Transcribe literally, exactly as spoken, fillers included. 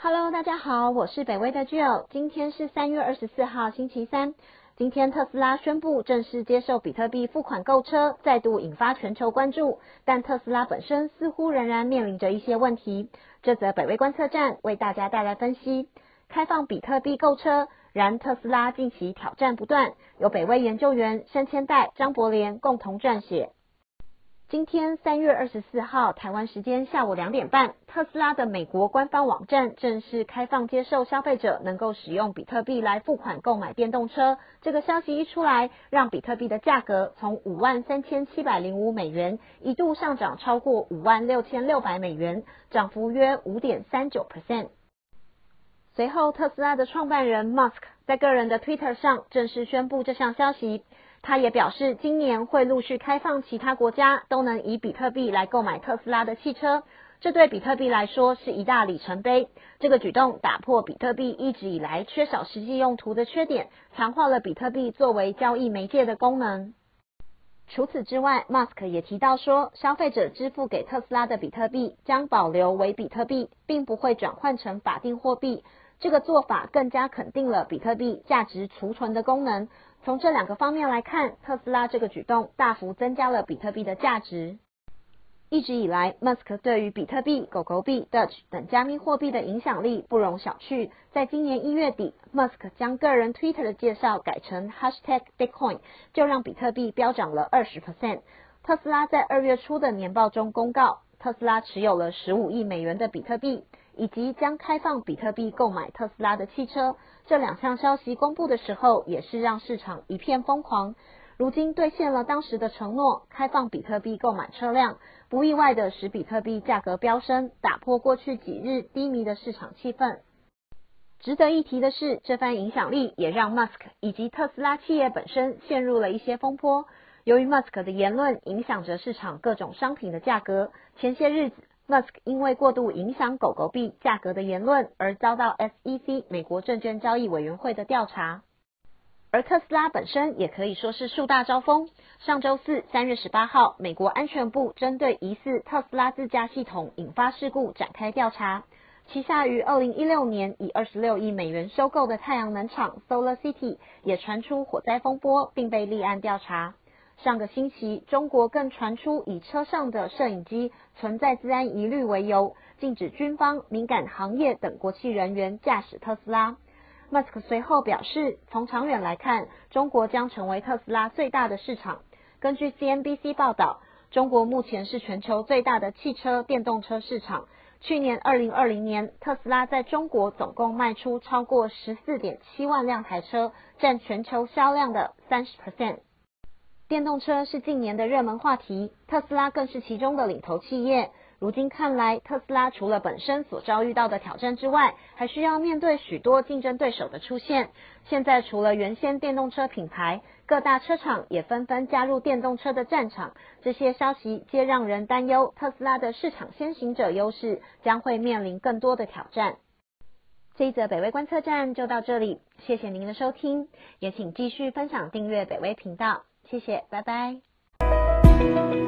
Hello， 大家好，我是北威的 Jill， 今天是三月二十四号星期三。今天特斯拉宣布正式接受比特币付款购车，再度引发全球关注，但特斯拉本身似乎仍然面临着一些问题。这则北威观测站为大家带来分析。开放比特币购车，然特斯拉近期挑战不断，由北威研究员申千代、张伯廉共同撰写。今天三月二十四号台湾时间下午两点半，特斯拉的美国官方网站正式开放接受消费者能够使用比特币来付款购买电动车。这个消息一出来，让比特币的价格从五万三千七百零五美元一度上涨超过五万六千六百美元，涨幅约 百分之五点三九。随后特斯拉的创办人 Musk 在个人的 Twitter 上正式宣布这项消息。他也表示，今年会陆续开放其他国家都能以比特币来购买特斯拉的汽车，这对比特币来说是一大里程碑。这个举动打破比特币一直以来缺少实际用途的缺点，强化了比特币作为交易媒介的功能。除此之外 ，Musk 也提到说，消费者支付给特斯拉的比特币将保留为比特币，并不会转换成法定货币。这个做法更加肯定了比特币价值储存的功能。从这两个方面来看，特斯拉这个举动大幅增加了比特币的价值。一直以来 ，Musk 对于比特币、狗狗币、Doge 等加密货币的影响力不容小觑。在今年一月底 ，Musk 将个人 Twitter 的介绍改成 hashtag Bitcoin， 就让比特币飙涨了 百分之二十。特斯拉在二月初的年报中公告，特斯拉持有了十五亿美元的比特币，以及将开放比特币购买特斯拉的汽车。这两项消息公布的时候，也是让市场一片疯狂。如今兑现了当时的承诺，开放比特币购买车辆，不意外的使比特币价格飙升，打破过去几日低迷的市场气氛。值得一提的是，这番影响力也让 Musk 以及特斯拉企业本身陷入了一些风波。由于 Musk 的言论影响着市场各种商品的价格，前些日子Musk 因为过度影响狗狗币价格的言论而遭到 S E C 美国证券交易委员会的调查，而特斯拉本身也可以说是树大招风。上周四三月十八号，美国安全部针对疑似特斯拉自驾系统引发事故展开调查。旗下于二零一六年以二十六亿美元收购的太阳能厂 Solar City 也传出火灾风波，并被立案调查。上个星期，中国更传出以车上的摄影机存在资安疑虑为由，禁止军方、敏感行业等国企人员驾驶特斯拉。Musk 随后表示，从长远来看，中国将成为特斯拉最大的市场。根据 C N B C 报道，中国目前是全球最大的汽车电动车市场。去年二零二零年，特斯拉在中国总共卖出超过 十四点七万辆台车，占全球销量的 百分之三十。电动车是近年的热门话题，特斯拉更是其中的领头企业。如今看来，特斯拉除了本身所遭遇到的挑战之外，还需要面对许多竞争对手的出现。现在除了原先电动车品牌，各大车厂也纷纷加入电动车的战场。这些消息皆让人担忧，特斯拉的市场先行者优势将会面临更多的挑战。这一则北威观测站就到这里，谢谢您的收听，也请继续分享订阅北威频道。谢谢，拜拜。